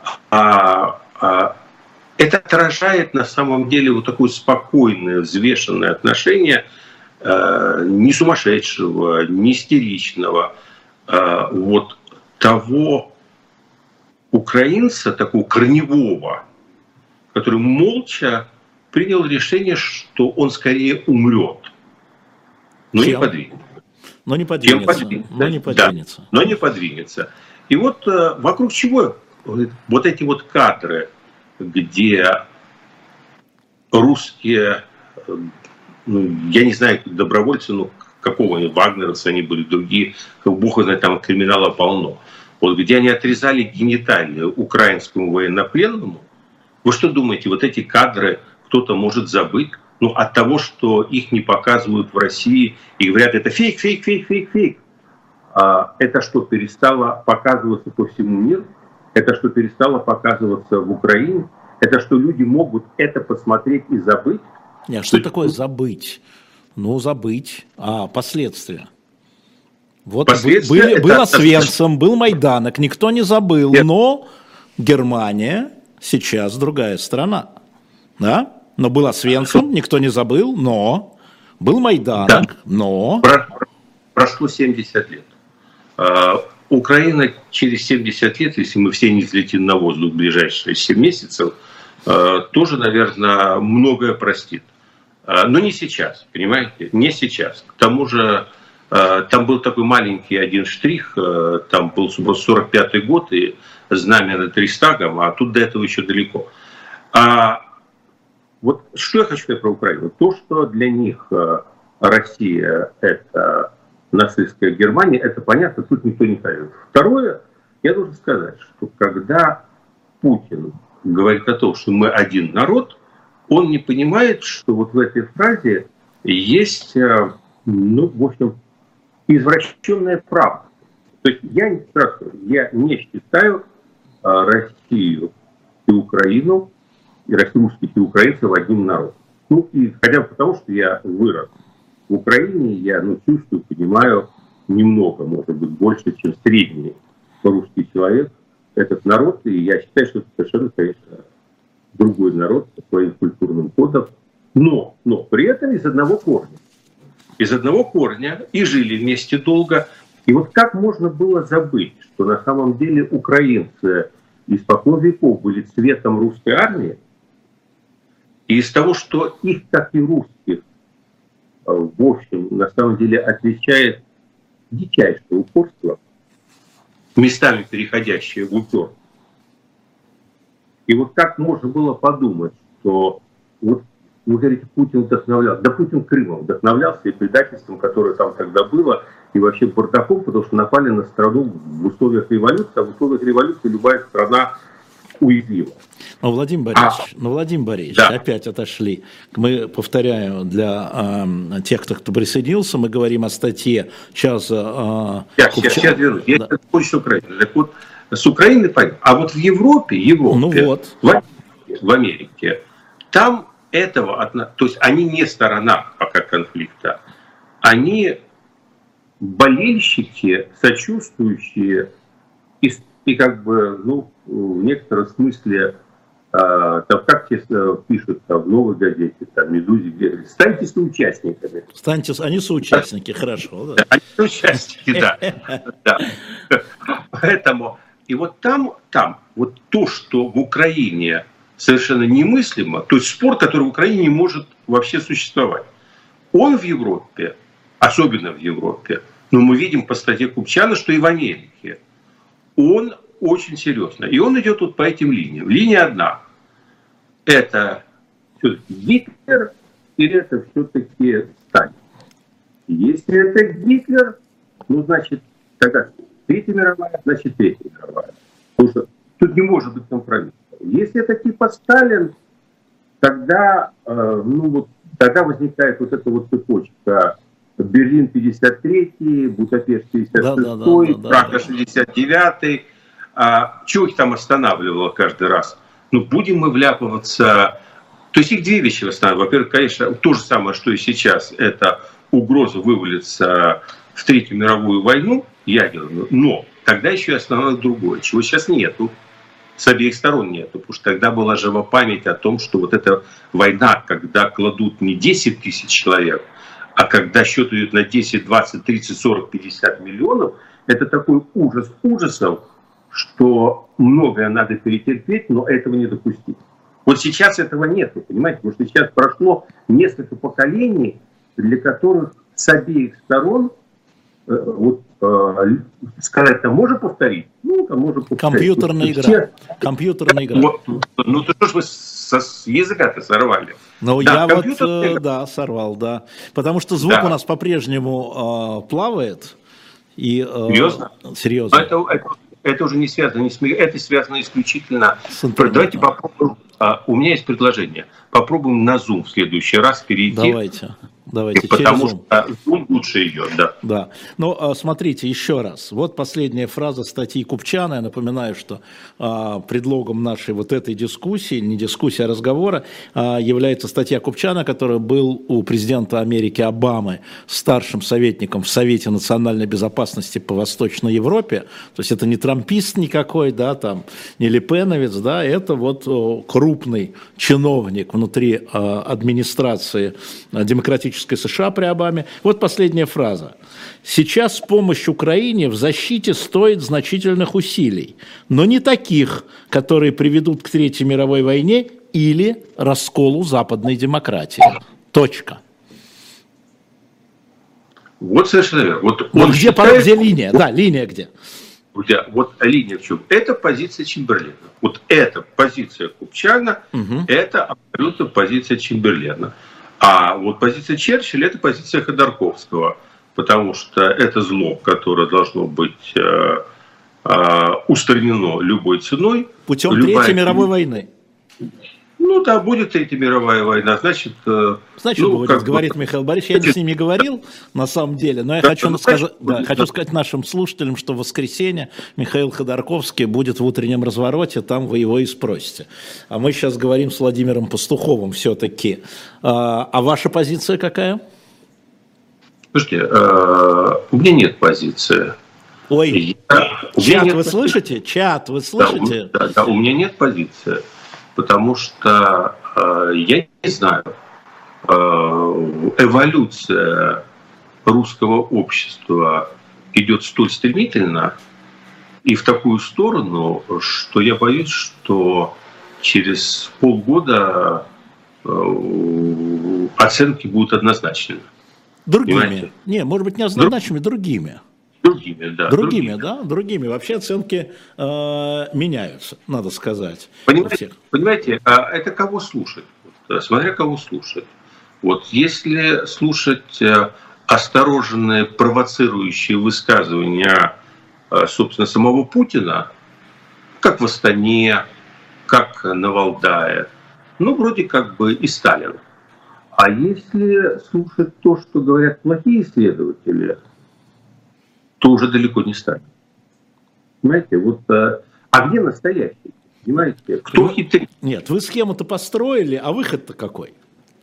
а, а, это отражает на самом деле вот такое спокойное, взвешенное отношение э, не сумасшедшего, не истеричного, э, вот того украинца, такого корневого, который молча принял решение, что он скорее умрет, но Чем? не подвинется. Но не подвинется. подвинется. Но не подвинется. Да, но не подвинется. И вот э, вокруг чего вот эти вот кадры, где русские, ну, я не знаю, добровольцы, ну, какого они, вагнеровцы они были, другие, как бог знает, там криминала полно. Вот где они отрезали гениталии украинскому военнопленному, вы что думаете, вот эти кадры кто-то может забыть? Ну, от того, что их не показывают в России и говорят, это фейк, фейк, фейк, фейк, фейк. А это что, перестало показываться по всему миру? Это что, перестало показываться в Украине? Это что, люди могут это посмотреть и забыть? Нет, что такое забыть? Ну, забыть. А последствия? Вот последствия были, это... был Освенцим, был Майданок, никто не забыл. Нет. Но Германия сейчас другая страна. Да? Но был Освенцим, никто не забыл, но был Майдан, да. но... Про, прошло семьдесят лет. А, Украина через семьдесят лет, если мы все не взлетим на воздух в ближайшие семь месяцев, а, тоже, наверное, многое простит. А, но не сейчас, понимаете? Не сейчас. К тому же, а, там был такой маленький один штрих, а, там был сорок пятый год и знамя над Рейхстагом, а тут до этого еще далеко. А вот что я хочу сказать про Украину. То, что для них Россия – это нацистская Германия, это понятно, тут никто не говорит. Второе, я должен сказать, что когда Путин говорит о том, что мы один народ, он не понимает, что вот в этой фразе есть, ну, в общем, извращенная правда. То есть я не, я не считаю Россию и Украину, и русских и украинцев одним народом. Ну, и хотя бы потому, что я вырос в Украине, я ну, чувствую, понимаю немного, может быть, больше, чем средний русский человек, этот народ, и я считаю, что это совершенно, конечно, другой народ со своим культурным кодом, но, но при этом из одного корня. Из одного корня и жили вместе долго. И вот как можно было забыть, что на самом деле украинцы испокон веков были цветом русской армии, и из того, что их, как и русских, в общем, на самом деле отличает дичайшее упорство, местами переходящее в упор. И вот как можно было подумать, что вот вы говорите, Путин вдохновлялся. Да Путин Крымом вдохновлялся и предательством, которое там тогда было, и вообще бардаком, потому что напали на страну в условиях революции, а в условиях революции любая страна уязвима. Но, Владимир Борисович, а, но, Владимир Борисович, да. опять отошли. Мы повторяем для э, тех, кто присоединился, мы говорим о статье Чарльза э, Купчана. Сейчас, сейчас вернусь. Я да. с Украиной. Так вот, с Украины понятно. А вот в Европе, Европе ну вот. в, Америке, в Америке, там этого, то есть они не сторона пока конфликта, они болельщики, сочувствующие и, и как бы, ну, в некотором смысле, а, там, как пишут там, в «Новой газете», там, «Медузе», где станьте соучастниками. Станьте, они соучастники, хорошо. Да. Они соучастники, да. Поэтому, и вот там, там, вот то, что в Украине совершенно немыслимо, то есть спор, который в Украине не может вообще существовать. Он в Европе, особенно в Европе, но мы видим по статье Купчана, что и в Америке, он очень серьезно. И он идет вот по этим линиям. Линия одна. Это все-таки Гитлер или это все-таки Сталин? Если это Гитлер, ну, значит, тогда Третья мировая, значит, Третья мировая. Потому что тут не может быть компромисса. Если это типа Сталин, тогда, э, ну, вот, тогда возникает вот эта вот цепочка. Берлин пятьдесят третий, Будапешт пятьдесят шестой, да, да, да, Прага шестьдесят девятый. А, чего их там останавливало каждый раз? Ну, будем мы вляпываться... То есть их две вещи останавливают. Во-первых, конечно, то же самое, что и сейчас. Это угроза вывалиться в Третью мировую войну ядерную. Но тогда еще и останавливает другое, чего сейчас нету. С обеих сторон нету. Потому что тогда была жива память о том, что вот эта война, когда кладут не десять тысяч человек, а когда счет идет на десять, двадцать, тридцать, сорок, пятьдесят миллионов, это такой ужас ужасов, что многое надо перетерпеть, но этого не допустить. Вот сейчас этого нет, понимаете, потому что сейчас прошло несколько поколений, для которых с обеих сторон, э, вот, э, сказать, там можно повторить? Ну, там можно повторить. Компьютерная вот, игра. все... Компьютерная игра. Вот, ну, то что ж вы со с языка-то сорвали? Ну, да, я вот, э, да, сорвал, да. Потому что звук да. у нас по-прежнему э, плавает. И, э, серьезно? Серьезно. Это, это, это уже не связано, не с, это связано исключительно... Давайте попробуем. Uh, у меня есть предложение. Попробуем на Zoom в следующий раз перейти. Давайте. Давайте потому через Zoom. что Zoom лучше ее, да. Да. Ну, смотрите, еще раз. Вот последняя фраза статьи Купчана. Я напоминаю, что а, предлогом нашей вот этой дискуссии, не дискуссии, а разговора, а, является статья Купчана, который был у президента Америки Обамы старшим советником в Совете национальной безопасности по Восточной Европе. То есть это не трампист никакой, да, там, не лепеновец, да, это вот о, крупный чиновник внутри а, администрации а, демократической США при Обаме. Вот последняя фраза. Сейчас помощь Украине в защите стоит значительных усилий, но не таких, которые приведут к Третьей мировой войне или расколу западной демократии. Точка. Вот совершенно верно. Вот вот он где, считает, где линия? Да, линия где? где? Вот линия в чем? Это позиция Чемберлена. Вот эта позиция Купчана, угу. Это абсолютно позиция Чемберлена. А вот позиция Черчилля – это позиция Ходорковского, потому что это зло, которое должно быть э, э, устранено любой ценой. Путем любая... Третьей мировой войны. Ну да, будет Третья мировая война, значит... Э, значит, ну, будет, как говорит бы... Михаил Борисович. Я с ним не говорил, на самом деле, но я да, хочу, ну, сказать, да, хочу сказать нашим слушателям, что в воскресенье Михаил Ходорковский будет в утреннем развороте, там вы его и спросите. А мы сейчас говорим с Владимиром Пастуховым все-таки. А, а ваша позиция какая? Слушайте, э, у меня нет позиции. Ой, я, чат нет вы позиции. слышите? Чат вы слышите? Да, да, да, у меня нет позиции. Потому что э, я не знаю, э, эволюция русского общества идет столь стремительно и в такую сторону, что я боюсь, что через полгода э, оценки будут однозначными. Другими. Понимаете? Не, может быть, не однозначными, Друг... другими. Другими, да. Другими, другими. да, другими. Вообще оценки э, меняются, надо сказать. Понимаете, понимаете, это кого слушать? Смотря кого слушать. Вот если слушать осторожные, провоцирующие высказывания, собственно, самого Путина, как в Астане, как на Валдае, ну, вроде как бы и Сталин. А если слушать то, что говорят плохие исследователи, то уже далеко не станет. Понимаете, вот, а где настоящий? Понимаете, кто хитрит? Нет, вы схему-то построили, а выход-то какой?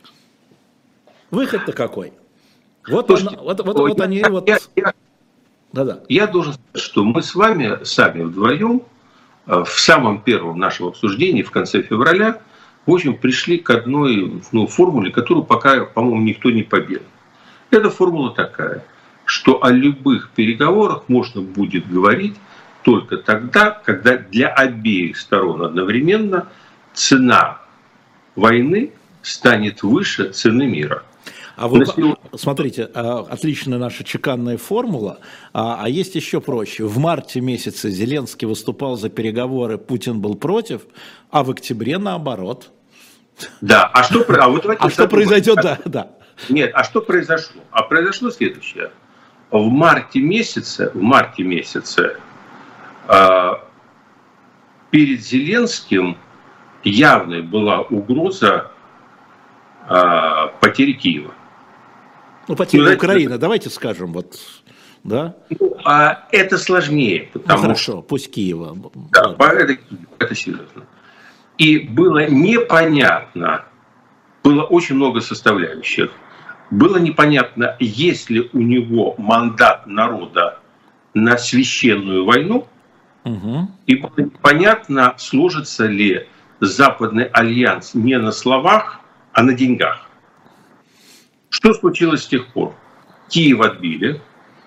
Выход-то какой? Вот, Слушайте, он, вот, вот, я, вот они... Я, вот... я, Да-да. я должен сказать, что мы с вами, сами вдвоем, в самом первом нашем обсуждении в конце февраля, в общем, пришли к одной, ну, формуле, которую пока, по-моему, никто не победил. Эта формула такая, что о любых переговорах можно будет говорить только тогда, когда для обеих сторон одновременно цена войны станет выше цены мира. А вы, смотрите, отличная наша чеканная формула, а, а есть еще проще. В марте месяце Зеленский выступал за переговоры, Путин был против, а в октябре наоборот. Да, а что, а вот а что произойдет, да, да. Нет, а что произошло? А произошло следующее. В марте месяце, в марте месяце э, перед Зеленским явной была угроза э, потери Киева. Ну, потери ну, Украины, это... давайте скажем, вот, да? Ну, а это сложнее, потому ну, хорошо, что... пусть Киева. Да, это, это серьезно. И было непонятно, было очень много составляющих. Было непонятно, есть ли у него мандат народа на священную войну, угу. И было непонятно, сложится ли Западный альянс не на словах, а на деньгах. Что случилось с тех пор? Киев отбили,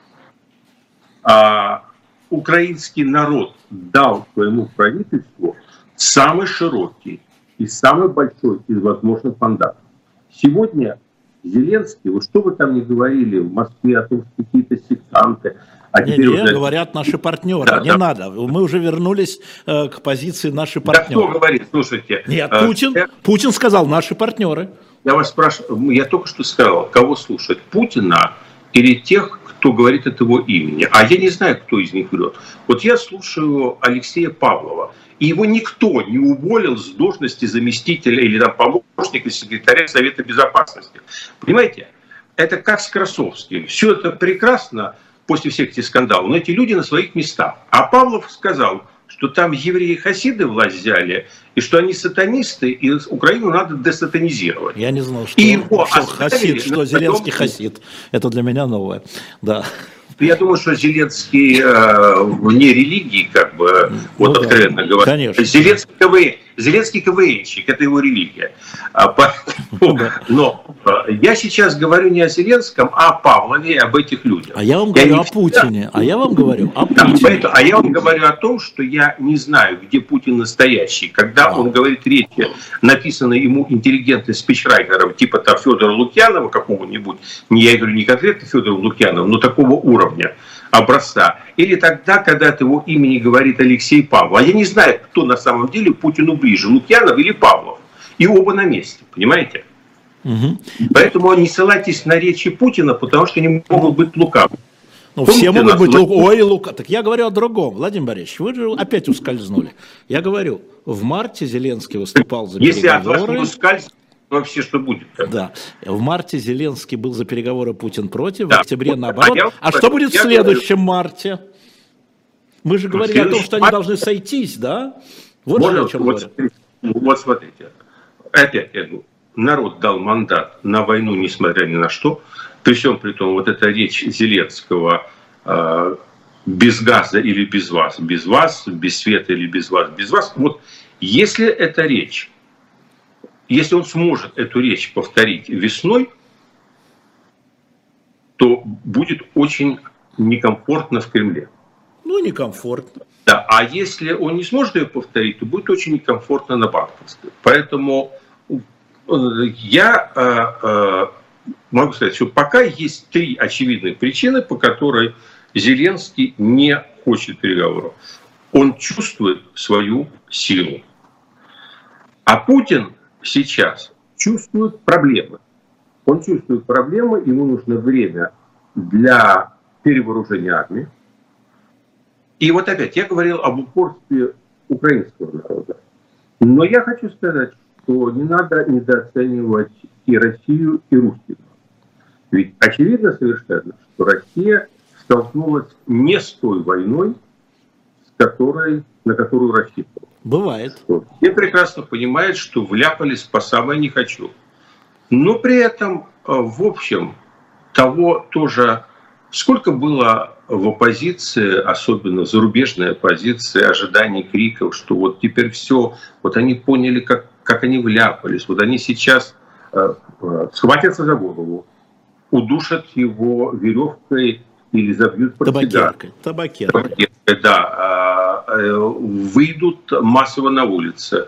а украинский народ дал своему правительству самый широкий и самый большой из возможных мандатов. Сегодня Зеленский, вот что вы там ни говорили в Москве о том, что какие-то сектанты, а не, теперь не, уже... говорят наши партнеры, да, не да. надо, мы уже вернулись э, к позиции наши партнеры. Да кто говорит, слушайте. Нет, Путин, э, Путин сказал, наши партнеры. Я вас спрашиваю, я только что сказал, кого слушать, Путина или тех, кто говорит от его имени. А я не знаю, кто из них врет. Вот я слушаю Алексея Павлова, и его никто не уволил с должности заместителя или там, помощника секретаря Совета Безопасности. Понимаете? это как с Красовским. Все это прекрасно после всех этих скандалов, но эти люди на своих местах. А Павлов сказал, что там евреи-хасиды власть взяли, и что они сатанисты, и Украину надо десатанизировать. Я не знал, что, и его что хасид, что Зеленский хасид. Это для меня новое. Да. Я думаю, что Зеленский э, вне религии, как бы, ну, вот да, откровенно говоря. Конечно. Зеленский КВН, Зеленский КВНщик, это его религия. А, поэтому, но э, я сейчас говорю не о Зеленском, а о Павлове, об этих людях. А я вам я говорю о Путине. А я вам говорю о Путине. Да, поэтому, а я вам говорю о том, что я не знаю, где Путин настоящий. Когда а. он говорит речи, написанные ему интеллигентным спичрайтером, типа там Федора Лукьянова какого-нибудь, не я говорю не конкретно Федора Лукьянова, но такого уровня, образца. Или тогда, когда от его имени говорит Алексей Павлов. А я не знаю, кто на самом деле Путину ближе, Лукьянов или Павлов. И оба на месте, понимаете? Угу. Поэтому не ссылайтесь на речи Путина, потому что они могут быть лукавы. Ну, все могут быть лук... Ой, лука. Так я говорю о другом. Владимир Борисович, вы же опять ускользнули. Я говорю, в марте Зеленский выступал за Если переговоры. Если от вас не ускользнуть, вообще что будет? Да. В марте Зеленский был за переговоры, Путин против, да. в октябре наоборот. А, я, а что будет в следующем говорю... марте? Мы же говорили о том, что они марте... должны сойтись, да? Вот Можно, о чем вот, смотрите, вот смотрите. Опять я говорю, народ дал мандат на войну, несмотря ни на что. При всем при том, вот эта речь Зеленского э, без газа или без вас, без вас, без света или без вас, без вас. Вот если эта речь, если он сможет эту речь повторить весной, то будет очень некомфортно в Кремле. Ну, некомфортно. Да, а если он не сможет ее повторить, то будет очень некомфортно на Банковской. Поэтому я э, э, могу сказать, что пока есть три очевидные причины, по которой Зеленский не хочет переговоров. Он чувствует свою силу. А Путин сейчас чувствует проблемы. Он чувствует проблемы, ему нужно время для перевооружения армии. И вот опять, я говорил об упорстве украинского народа. Но я хочу сказать, что не надо недооценивать и Россию, и русский народ. Ведь очевидно совершенно, что Россия столкнулась не с той войной, с которой, на которую рассчитывала. Бывает. Все прекрасно понимают, что вляпались по самое не хочу. Но при этом, в общем, того тоже, сколько было в оппозиции, особенно зарубежной оппозиции, ожиданий, криков, что вот теперь все, вот они поняли, как, как они вляпались, вот они сейчас э, э, схватятся за голову, удушат его веревкой или забьют табакеркой. Табакеркой. Табакеркой, да. Э, э, выйдут массово на улицы.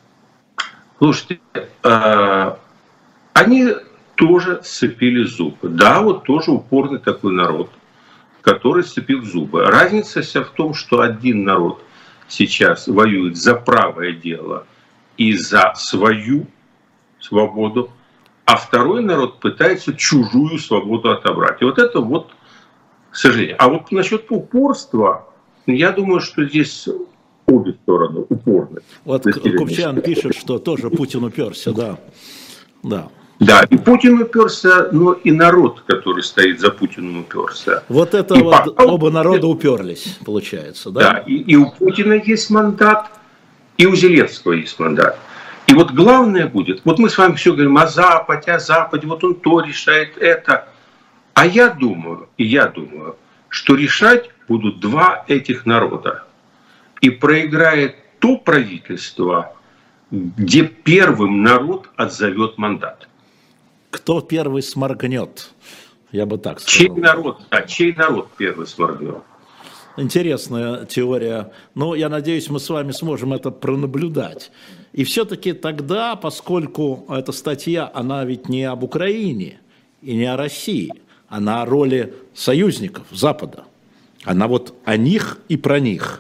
Слушайте, э, они тоже сцепили зубы. Да, вот тоже упорный такой народ, который сцепил зубы. Разница вся в том, что один народ сейчас воюет за правое дело и за свою свободу, а второй народ пытается чужую свободу отобрать. И вот это вот, к сожалению. А вот насчет упорства, я думаю, что здесь обе стороны упорны. Вот Купчан пишет, что тоже Путин уперся, да. Да. Да, и Путин уперся, но и народ, который стоит за Путиным, уперся. Вот это и вот пока... оба народа уперлись, получается, да? Да, и, и у Путина есть мандат, и у Зеленского есть мандат. И вот главное будет, вот мы с вами все говорим о Западе, о Западе, вот он то решает, это. А я думаю, и я думаю, что решать будут два этих народа. И проиграет то правительство, где первым народ отзовет мандат. Кто первый сморгнет, я бы так сказал. Чей народ, да, чей народ первый сморгнет. Интересная теория. Но я надеюсь, мы с вами сможем это пронаблюдать. И все-таки тогда, поскольку эта статья, она ведь не об Украине и не о России, она о роли союзников Запада. Она вот о них и про них.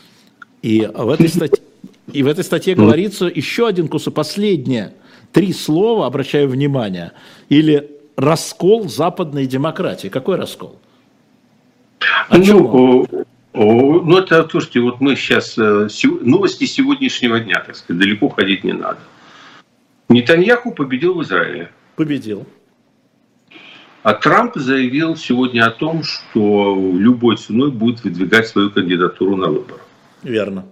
И в этой статье, и в этой статье говорится еще один кусок, последнее. Три слова, обращаю внимание, или раскол западной демократии. Какой раскол? О чем ну, о, ну, это, слушайте, вот мы сейчас, новости сегодняшнего дня, так сказать, далеко ходить не надо. Нетаньяху победил в Израиле. Победил. А Трамп заявил сегодня о том, что любой ценой будет выдвигать свою кандидатуру на выборах. Верно.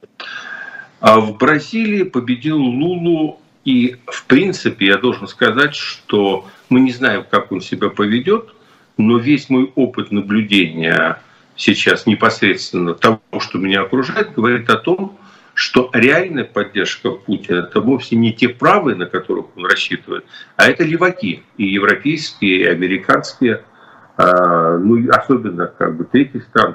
А в Бразилии победил Лулу, и в принципе я должен сказать, что мы не знаем, как он себя поведет, но весь мой опыт наблюдения сейчас непосредственно того, что меня окружает, говорит о том, что реальная поддержка Путина – это вовсе не те правые, на которых он рассчитывает, а это леваки, и европейские, и американские, ну особенно как бы третьих стран.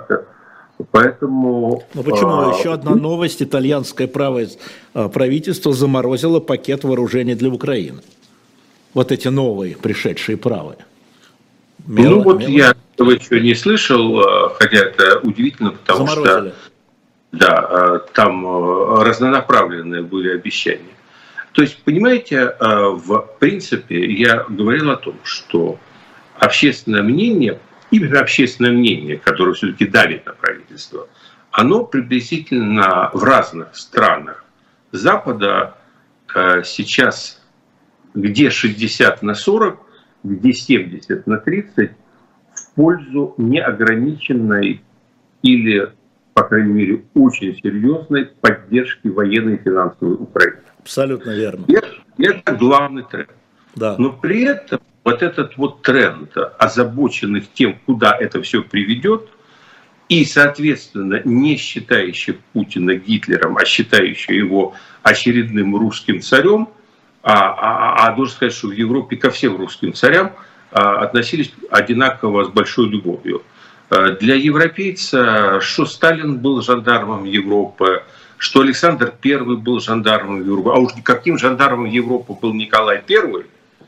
Поэтому... Ну почему? А, Еще одна новость. Итальянское правое правительство заморозило пакет вооружений для Украины. Вот эти новые, пришедшие правые. Мел, ну вот мел... я этого еще не слышал, хотя это удивительно, потому Заморозили. что да, там разнонаправленные были обещания. То есть, понимаете, в принципе, я говорил о том, что общественное мнение, именно общественное мнение, которое все-таки давит на правительство, оно приблизительно в разных странах Запада сейчас где шестьдесят на сорок, где семьдесят на тридцать в пользу неограниченной или, по крайней мере, очень серьезной поддержки военной и финансовой Украины. Абсолютно верно. Это, это главный тренд. Да. Но при этом вот этот вот тренд озабоченных тем, куда это все приведет, и, соответственно, не считающих Путина Гитлером, а считающих его очередным русским царем, а, а, а должен сказать, что в Европе ко всем русским царям а, относились одинаково с большой любовью. А, для европейца, что Сталин был жандармом Европы, что Александр Первый был жандармом Европы, а уж каким жандармом Европы был Николай Первый,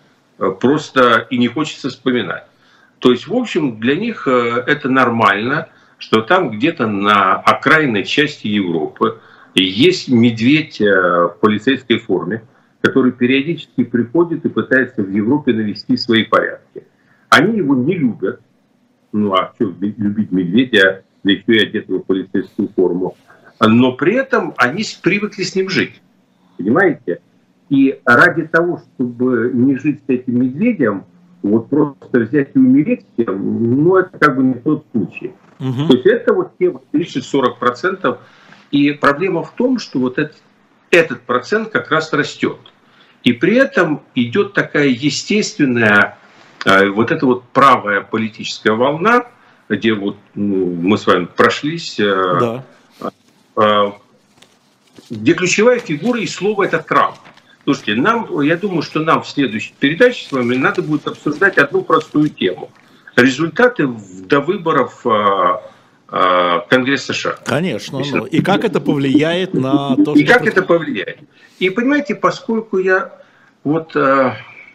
просто и не хочется вспоминать. То есть, в общем, для них это нормально, что там где-то на окраинной части Европы есть медведь в полицейской форме, который периодически приходит и пытается в Европе навести свои порядки. Они его не любят. Ну а что любить медведя, да еще и одетого в полицейскую форму. Но при этом они привыкли с ним жить. Понимаете? И ради того, чтобы не жить с этим медведем, вот просто взять и умереть, ну это как бы не тот случай. Угу. То есть это вот те тридцать-сорок процентов. И проблема в том, что вот этот, этот процент как раз растет. И при этом идет такая естественная, э, вот эта вот правая политическая волна, где вот ну, мы с вами прошлись, э, да. э, где ключевая фигура и слово это Трамп. Слушайте, нам, я думаю, что нам в следующей передаче с вами надо будет обсуждать одну простую тему. Результаты до выборов э, э, Конгресса США. Конечно. Ну, и как это повлияет на то, что... И как это повлияет. И понимаете, поскольку я вот... Э,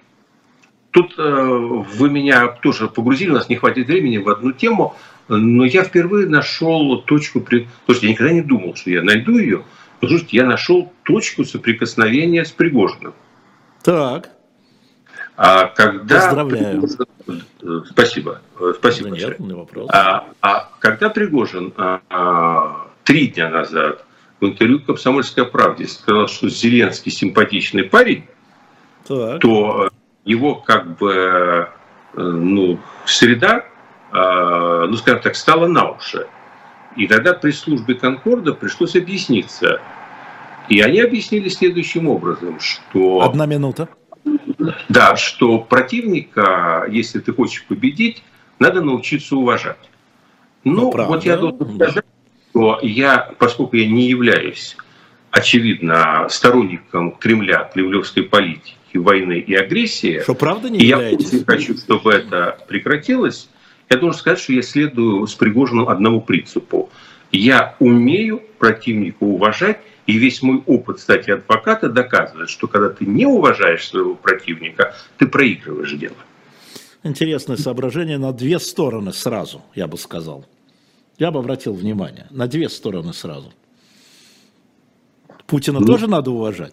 тут э, вы меня тоже погрузили, у нас не хватит времени в одну тему, но я впервые нашел точку... При... Слушайте, я никогда не думал, что я найду ее. Но слушайте, я нашел точку соприкосновения с Пригожиным. Так. А когда Поздравляю. Пригожин... Спасибо. Спасибо. Нет, не вопрос. А, а когда Пригожин а, а, три дня назад в интервью «Комсомольской правде» сказал, что Зеленский симпатичный парень, так. то его как бы ну, среда, а, ну скажем так, стала на уши. И тогда пресс-службе Конкорда пришлось объясниться. И они объяснили следующим образом, что... Одна минута. Да, что противника, если ты хочешь победить, надо научиться уважать. Ну, ну вот я должен сказать, что я, поскольку я не являюсь, очевидно, сторонником Кремля, кремлевской политики, войны и агрессии, что, правда не и являетесь? Я очень хочу, чтобы это прекратилось, я должен сказать, что я следую с Пригожиным одному принципу. Я умею противника уважать, и весь мой опыт, кстати, адвоката доказывает, что когда ты не уважаешь своего противника, ты проигрываешь дело. Интересное соображение на две стороны сразу, я бы сказал. Я бы обратил внимание, на две стороны сразу. Путина ну, тоже надо уважать?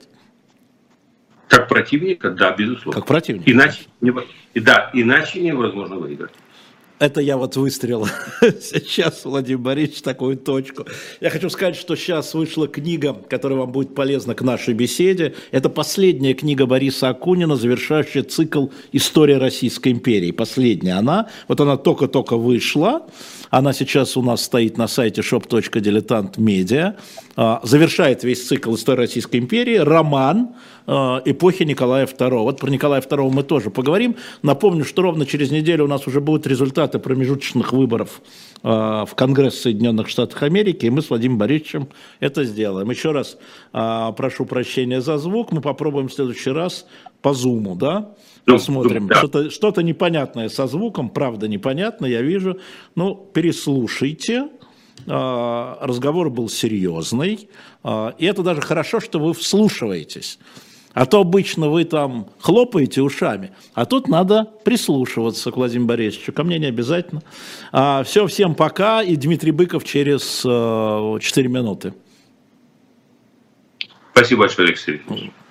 Как противника, да, безусловно. Как противника. Иначе, не, да, иначе невозможно выиграть. Это я вот выстрелил сейчас, Владимир Борисович, в такую точку. Я хочу сказать, что сейчас вышла книга, которая вам будет полезна к нашей беседе. Это последняя книга Бориса Акунина, завершающая цикл «История Российской империи». Последняя она. Вот она только-только вышла. Она сейчас у нас стоит на сайте шоп точка дилетант медиа. Завершает весь цикл «История Российской империи». Роман эпохи Николая второго. Вот про Николая второго мы тоже поговорим. Напомню, что ровно через неделю у нас уже будут результаты промежуточных выборов в Конгресс Соединенных Штатов Америки, и мы с Владимиром Борисовичем это сделаем. Еще раз прошу прощения за звук. Мы попробуем в следующий раз по зуму, да? Посмотрим. Да. Что-то, что-то непонятное со звуком, правда непонятно, я вижу. Ну, переслушайте. Разговор был серьезный. И это даже хорошо, что вы вслушиваетесь. А то обычно вы там хлопаете ушами, а тут надо прислушиваться к Владимиру Борисовичу. Ко мне не обязательно. А, все, всем пока. И Дмитрий Быков через четыре минуты. Спасибо большое, Алексей.